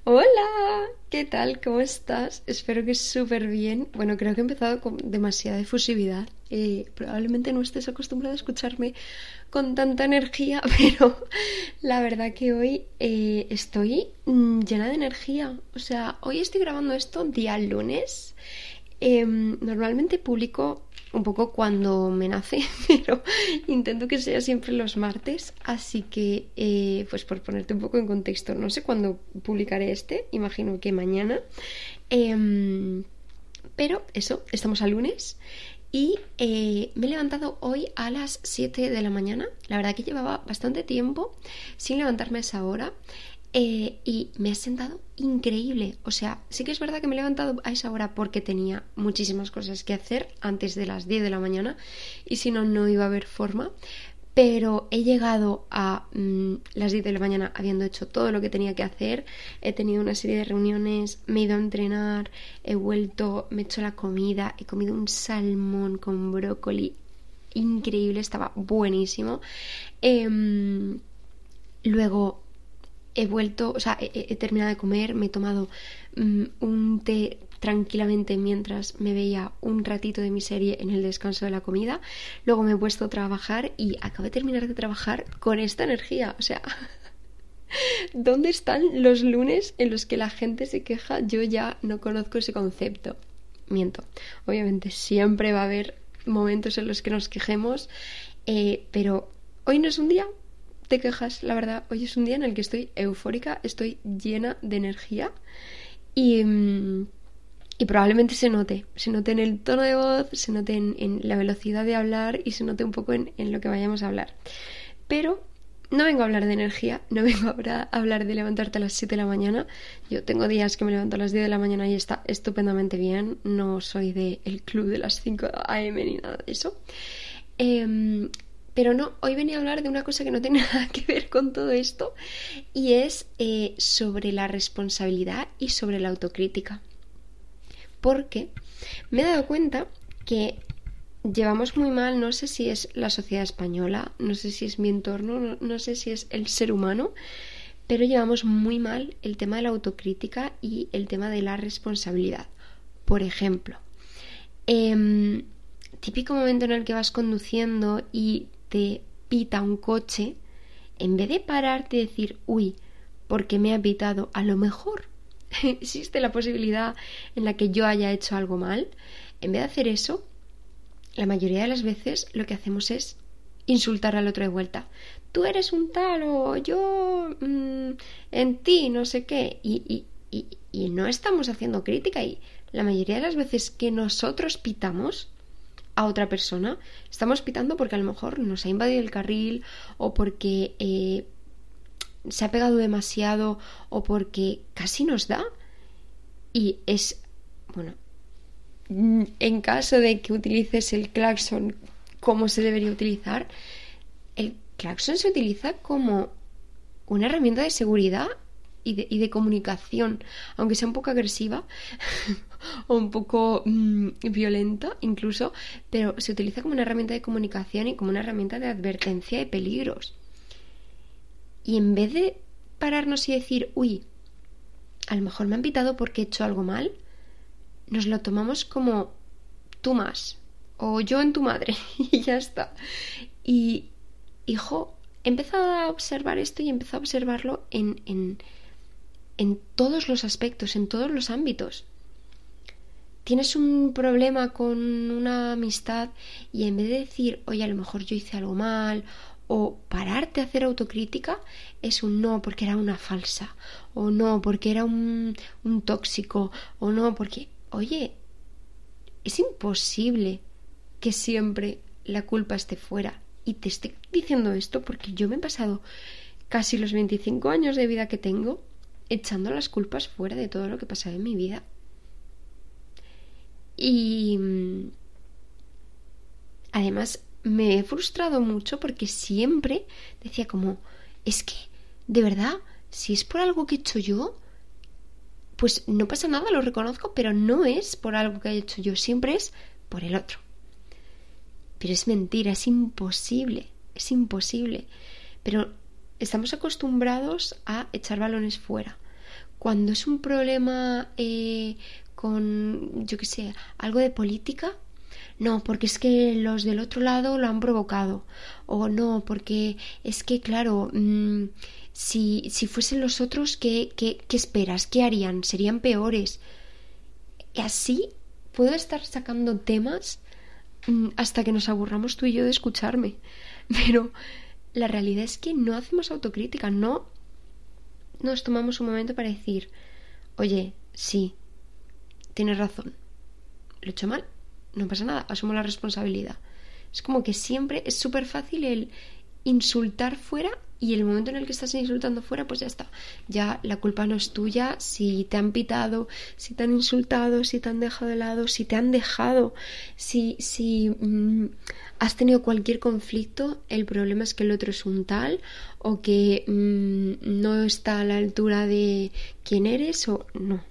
Hola, ¿qué tal? ¿Cómo estás? Espero que súper bien. Bueno, creo que he empezado con demasiada efusividad. Probablemente no estés acostumbrado a escucharme con tanta energía, pero la verdad que hoy estoy llena de energía. O sea, hoy estoy grabando esto día lunes. Normalmente publico un poco cuando me nace, pero intento que sea siempre los martes, así que pues por ponerte un poco en contexto, no sé cuándo publicaré este, imagino que mañana. Em, pero eso, estamos a lunes y me he levantado hoy a las 7 de la mañana. La verdad que llevaba bastante tiempo sin levantarme a esa hora. Y me ha sentado increíble. O sea, sí que es verdad que me he levantado a esa hora porque tenía muchísimas cosas que hacer antes de las 10 de la mañana y si no, no iba a haber forma. Pero he llegado a las 10 de la mañana habiendo hecho todo lo que tenía que hacer. He tenido una serie de reuniones, me he ido a entrenar, he vuelto, me he hecho la comida, he comido un salmón con brócoli increíble, estaba buenísimo. Luego he vuelto, o sea, he terminado de comer, me he tomado un té tranquilamente mientras me veía un ratito de mi serie en el descanso de la comida. Luego me he puesto a trabajar y acabo de terminar de trabajar con esta energía. O sea, ¿dónde están los lunes en los que la gente se queja? Yo ya no conozco ese concepto. Miento. Obviamente siempre va a haber momentos en los que nos quejemos, pero hoy no es un día te quejas, la verdad. Hoy es un día en el que estoy eufórica, estoy llena de energía y, y probablemente se note en el tono de voz, se note en la velocidad de hablar y se note un poco en lo que vayamos a hablar. Pero no vengo a hablar de energía, no vengo a hablar de levantarte a las 7 de la mañana. Yo tengo días que me levanto a las 10 de la mañana y está estupendamente bien. No soy del club de las 5 a.m. ni nada de eso. Pero no, hoy venía a hablar de una cosa que no tiene nada que ver con todo esto y es sobre la responsabilidad y sobre la autocrítica. Porque me he dado cuenta que llevamos muy mal, no sé si es la sociedad española, no sé si es mi entorno, no sé si es el ser humano, pero llevamos muy mal el tema de la autocrítica y el tema de la responsabilidad. Por ejemplo, típico momento en el que vas conduciendo y te pita un coche, en vez de pararte y decir, uy, ¿por qué me ha pitado? A lo mejor existe la posibilidad en la que yo haya hecho algo mal. En vez de hacer eso, la mayoría de las veces lo que hacemos es insultar al otro de vuelta. Tú eres un tal o yo en ti, no sé qué. Y no estamos haciendo crítica y la mayoría de las veces que nosotros pitamos a otra persona, estamos pitando porque a lo mejor nos ha invadido el carril o porque se ha pegado demasiado o porque casi nos da. Y es, bueno, en caso de que utilices el claxon como se debería utilizar, el claxon se utiliza como una herramienta de seguridad y de comunicación, aunque sea un poco agresiva o un poco violenta incluso, pero se utiliza como una herramienta de comunicación y como una herramienta de advertencia de peligros. Y en vez de pararnos y decir, uy, a lo mejor me han pitado porque he hecho algo mal, nos lo tomamos como tú más o yo en tu madre y ya está. Y, hijo, he empezado a observar esto y he empezado a observarlo en todos los aspectos, en todos los ámbitos. Tienes un problema con una amistad y en vez de decir, oye, a lo mejor yo hice algo mal, o pararte a hacer autocrítica, es un no porque era una falsa, o no porque era un tóxico, o no porque, oye, es imposible que siempre la culpa esté fuera. Y te estoy diciendo esto porque yo me he pasado casi los 25 años de vida que tengo echando las culpas fuera de todo lo que pasaba en mi vida. Y además me he frustrado mucho porque siempre decía como, es que, de verdad, si es por algo que he hecho yo, pues no pasa nada, lo reconozco, pero no es por algo que haya hecho yo, siempre es por el otro. Pero es mentira, es imposible. Pero estamos acostumbrados a echar balones fuera. Cuando es un problema con, yo qué sé, algo de política, no, porque es que los del otro lado lo han provocado. O no, porque es que, claro, si fuesen los otros, ¿qué esperas? ¿Qué harían? ¿Serían peores? Y así puedo estar sacando temas hasta que nos aburramos tú y yo de escucharme. Pero la realidad es que no hacemos autocrítica, no nos tomamos un momento para decir, oye, sí, tienes razón, lo he hecho mal, no pasa nada, asumo la responsabilidad. Es como que siempre es súper fácil el insultar fuera, y el momento en el que estás insultando fuera, pues ya está. Ya la culpa no es tuya si te han pitado, si te han insultado, si te han dejado de lado, si te han dejado, si has tenido cualquier conflicto. El problema es que el otro es un tal, o que no está a la altura de quién eres, o no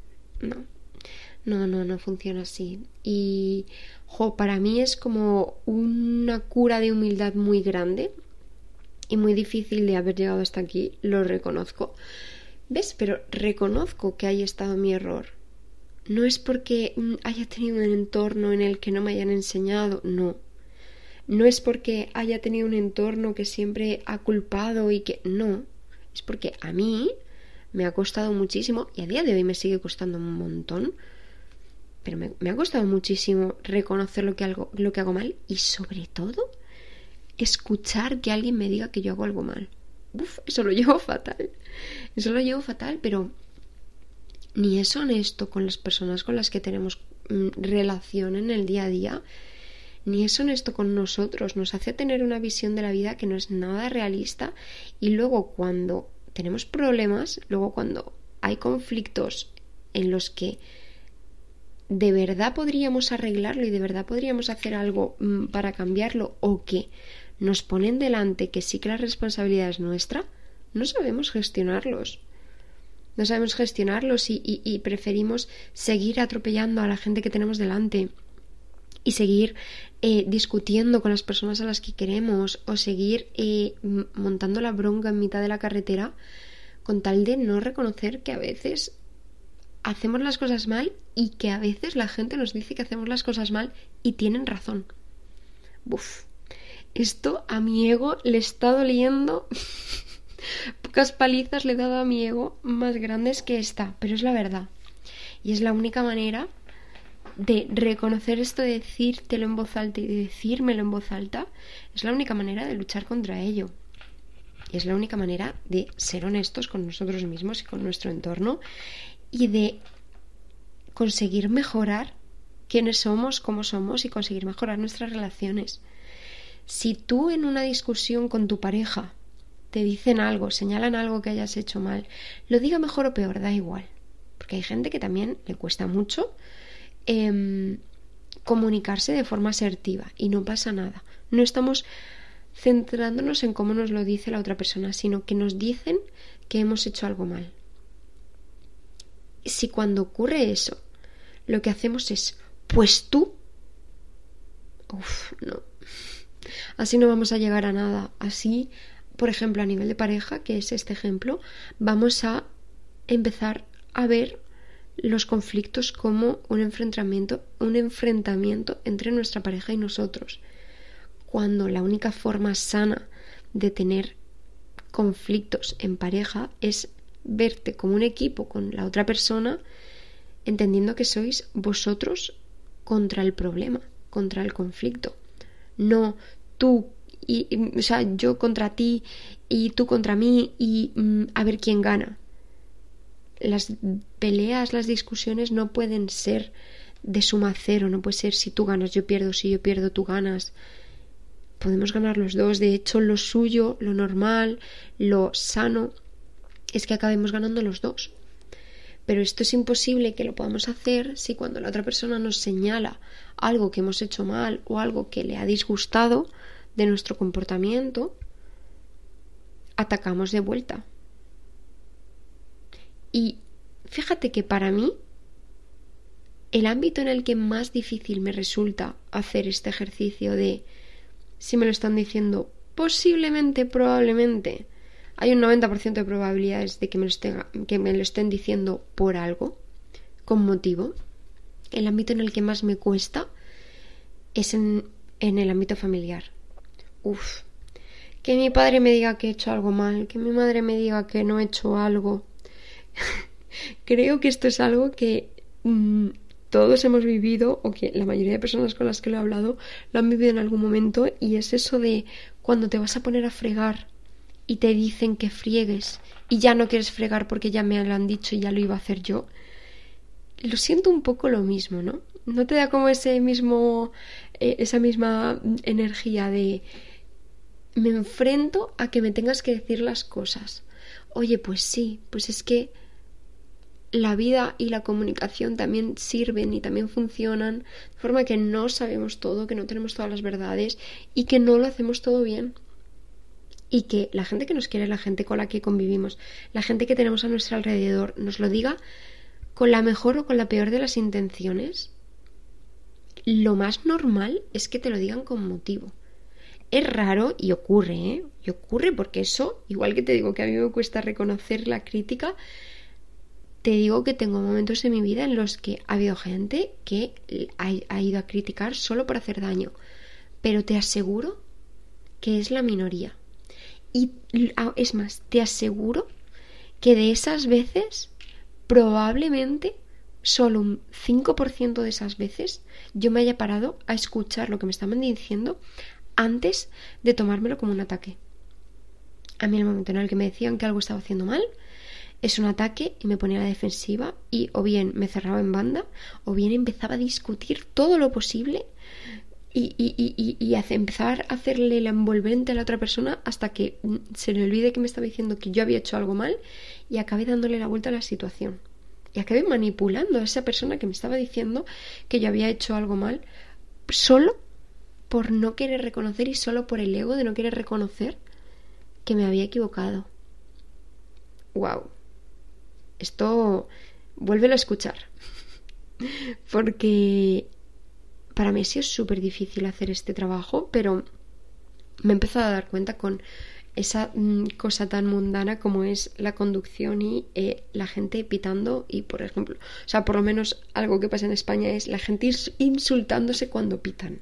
funciona así. Y para mí es como una cura de humildad muy grande y muy difícil de haber llegado hasta aquí, lo reconozco. ¿Ves? Pero reconozco que haya estado mi error. No es porque haya tenido un entorno en el que no me hayan enseñado, no. No es porque haya tenido un entorno que siempre ha culpado y que no. Es porque a mí me ha costado muchísimo, y a día de hoy me sigue costando un montón, pero me ha costado muchísimo reconocer lo que hago mal, y sobre todo escuchar que alguien me diga que yo hago algo mal. Eso lo llevo fatal. Pero ni es honesto con las personas con las que tenemos relación en el día a día, ni es honesto con nosotros. Nos hace tener una visión de la vida que no es nada realista, y luego cuando tenemos problemas, luego cuando hay conflictos en los que de verdad podríamos arreglarlo y de verdad podríamos hacer algo para cambiarlo, o que nos ponen delante que sí que la responsabilidad es nuestra, no sabemos gestionarlos. Y preferimos seguir atropellando a la gente que tenemos delante, y seguir discutiendo con las personas a las que queremos, o seguir montando la bronca en mitad de la carretera, con tal de no reconocer que a veces hacemos las cosas mal, y que a veces la gente nos dice que hacemos las cosas mal y tienen razón. Esto a mi ego le está doliendo. Pocas palizas le he dado a mi ego más grandes que esta, pero es la verdad. Y es la única manera de reconocer esto, de decírtelo en voz alta y de decírmelo en voz alta. Es la única manera de luchar contra ello. Y es la única manera de ser honestos con nosotros mismos y con nuestro entorno, y de conseguir mejorar quiénes somos, cómo somos, y conseguir mejorar nuestras relaciones. Si tú en una discusión con tu pareja te dicen algo, señalan algo que hayas hecho mal, lo diga mejor o peor, da igual. Porque hay gente que también le cuesta mucho comunicarse de forma asertiva, y no pasa nada. No estamos centrándonos en cómo nos lo dice la otra persona, sino que nos dicen que hemos hecho algo mal. Si cuando ocurre eso, lo que hacemos es, pues tú, no. Así no vamos a llegar a nada. Así, por ejemplo, a nivel de pareja, que es este ejemplo, vamos a empezar a ver los conflictos como un enfrentamiento entre nuestra pareja y nosotros. Cuando la única forma sana de tener conflictos en pareja es verte como un equipo con la otra persona, entendiendo que sois vosotros contra el problema, contra el conflicto. No tú yo contra ti y tú contra mí, y a ver quién gana. Las peleas, las discusiones no pueden ser de suma cero, no puede ser si tú ganas yo pierdo, si yo pierdo tú ganas. Podemos ganar los dos. De hecho, lo suyo, lo normal, lo sano es que acabemos ganando los dos. Pero esto es imposible que lo podamos hacer si cuando la otra persona nos señala algo que hemos hecho mal o algo que le ha disgustado de nuestro comportamiento, atacamos de vuelta. Y fíjate que para mí el ámbito en el que más difícil me resulta hacer este ejercicio de, si me lo están diciendo posiblemente, probablemente, hay un 90% de probabilidades de que me lo estén diciendo por algo, con motivo. El ámbito en el que más me cuesta es en el ámbito familiar. Que mi padre me diga que he hecho algo mal, que mi madre me diga que no he hecho algo. Creo que esto es algo que todos hemos vivido, o que la mayoría de personas con las que lo he hablado lo han vivido en algún momento, y es eso de cuando te vas a poner a fregar y te dicen que friegues y ya no quieres fregar porque ya me lo han dicho y ya lo iba a hacer yo. Lo siento un poco lo mismo, ¿no? ¿No te da como esa misma energía de me enfrento a que me tengas que decir las cosas? Oye, pues sí, pues es que la vida y la comunicación también sirven y también funcionan de forma que no sabemos todo, que no tenemos todas las verdades y que no lo hacemos todo bien. Y que la gente que nos quiere, la gente con la que convivimos, la gente que tenemos a nuestro alrededor, nos lo diga con la mejor o con la peor de las intenciones. Lo más normal es que te lo digan con motivo. Es raro y ocurre, ¿eh? Y ocurre porque eso, igual que te digo que a mí me cuesta reconocer la crítica, te digo que tengo momentos en mi vida en los que ha habido gente que ha ido a criticar solo por hacer daño. Pero te aseguro que es la minoría. Y es más, te aseguro que de esas veces, probablemente solo un 5% de esas veces yo me haya parado a escuchar lo que me estaban diciendo antes de tomármelo como un ataque. A mí el momento en el que me decían que algo estaba haciendo mal es un ataque y me ponía a la defensiva y o bien me cerraba en banda o bien empezaba a discutir todo lo posible y empezar a hacerle la envolvente a la otra persona hasta que se le olvide que me estaba diciendo que yo había hecho algo mal y acabé dándole la vuelta a la situación. Y acabé manipulando a esa persona que me estaba diciendo que yo había hecho algo mal solo por no querer reconocer y solo por el ego de no querer reconocer que me había equivocado. ¡Wow! Esto vuélvelo a escuchar. Porque para mí ha sido súper difícil hacer este trabajo, pero me he empezado a dar cuenta con esa cosa tan mundana como es la conducción y la gente pitando y, por ejemplo, o sea, por lo menos algo que pasa en España es la gente insultándose cuando pitan.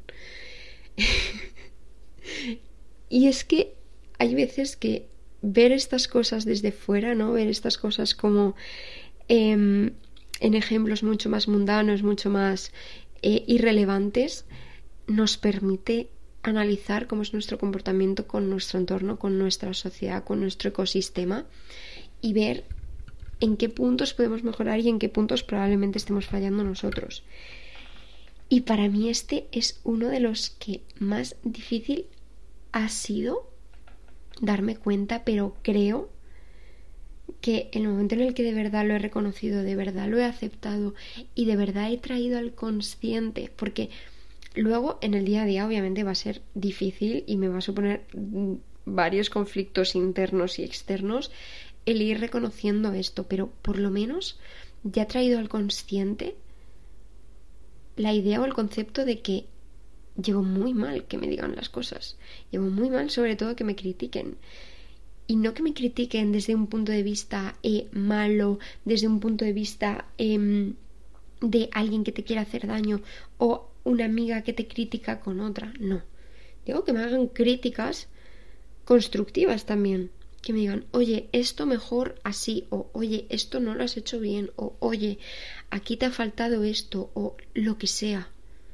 Y es que hay veces que ver estas cosas desde fuera, ¿no? Ver estas cosas como en ejemplos mucho más mundanos, mucho más irrelevantes, nos permite analizar cómo es nuestro comportamiento con nuestro entorno, con nuestra sociedad, con nuestro ecosistema y ver en qué puntos podemos mejorar y en qué puntos probablemente estemos fallando nosotros. Y para mí este es uno de los que más difícil ha sido darme cuenta, pero creo que en el momento en el que de verdad lo he reconocido, de verdad lo he aceptado y de verdad he traído al consciente, porque luego en el día a día obviamente va a ser difícil y me va a suponer varios conflictos internos y externos el ir reconociendo esto, pero por lo menos ya he traído al consciente la idea o el concepto de que llevo muy mal que me digan las cosas, llevo muy mal sobre todo que me critiquen. Y no que me critiquen desde un punto de vista malo, desde un punto de vista de alguien que te quiere hacer daño o una amiga que te critica con otra. No. Digo que me hagan críticas constructivas también. Que me digan, oye, esto mejor así, o oye, esto no lo has hecho bien, o oye, aquí te ha faltado esto, o lo que sea.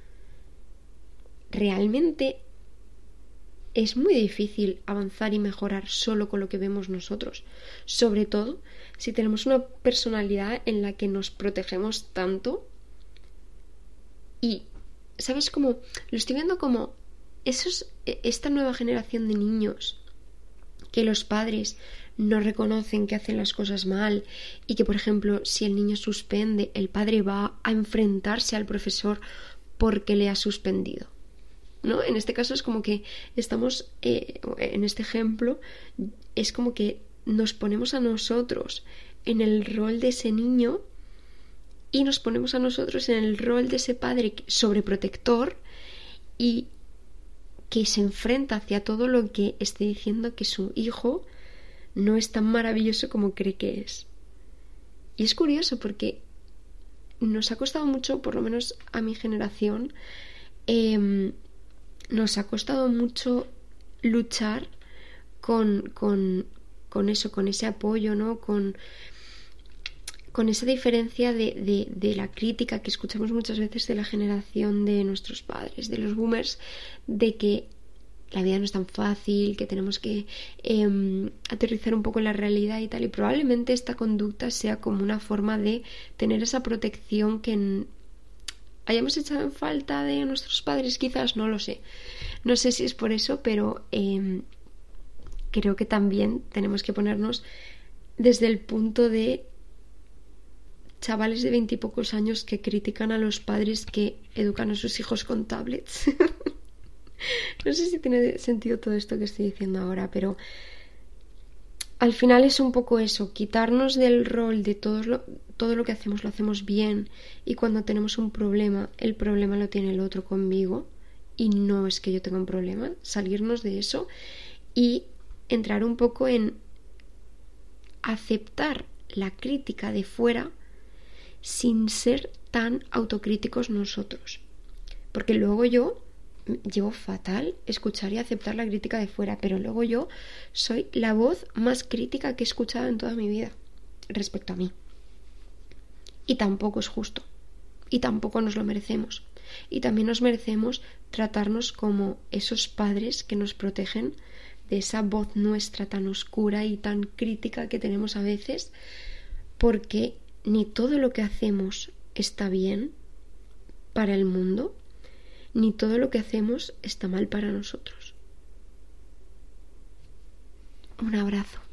Realmente es muy difícil avanzar y mejorar solo con lo que vemos nosotros, sobre todo si tenemos una personalidad en la que nos protegemos tanto y, ¿sabes cómo? Lo estoy viendo como esta nueva generación de niños que los padres no reconocen que hacen las cosas mal y que, por ejemplo, si el niño suspende, el padre va a enfrentarse al profesor porque le ha suspendido, ¿no? En este caso es como que estamos, en este ejemplo, es como que nos ponemos a nosotros en el rol de ese niño y nos ponemos a nosotros en el rol de ese padre sobreprotector y que se enfrenta hacia todo lo que esté diciendo que su hijo no es tan maravilloso como cree que es. Y es curioso porque nos ha costado mucho, por lo menos a mi generación, nos ha costado mucho luchar con eso, con ese apoyo, ¿no? Con esa diferencia de la crítica que escuchamos muchas veces de la generación de nuestros padres, de los boomers, de que la vida no es tan fácil, que tenemos que aterrizar un poco en la realidad y tal. Y probablemente esta conducta sea como una forma de tener esa protección que hayamos echado en falta de nuestros padres, quizás, no lo sé. No sé si es por eso, pero creo que también tenemos que ponernos desde el punto de chavales de 20 y pocos años que critican a los padres que educan a sus hijos con tablets. No sé si tiene sentido todo esto que estoy diciendo ahora, pero al final es un poco eso, quitarnos del rol de todo lo que hacemos lo hacemos bien, y cuando tenemos un problema, el problema lo tiene el otro conmigo y no es que yo tenga un problema, salirnos de eso y entrar un poco en aceptar la crítica de fuera sin ser tan autocríticos nosotros, porque luego yo llevo fatal escuchar y aceptar la crítica de fuera, pero luego yo soy la voz más crítica que he escuchado en toda mi vida respecto a mí, y tampoco es justo y tampoco nos lo merecemos, y también nos merecemos tratarnos como esos padres que nos protegen de esa voz nuestra tan oscura y tan crítica que tenemos a veces, porque ni todo lo que hacemos está bien para el mundo, ni todo lo que hacemos está mal para nosotros. Un abrazo.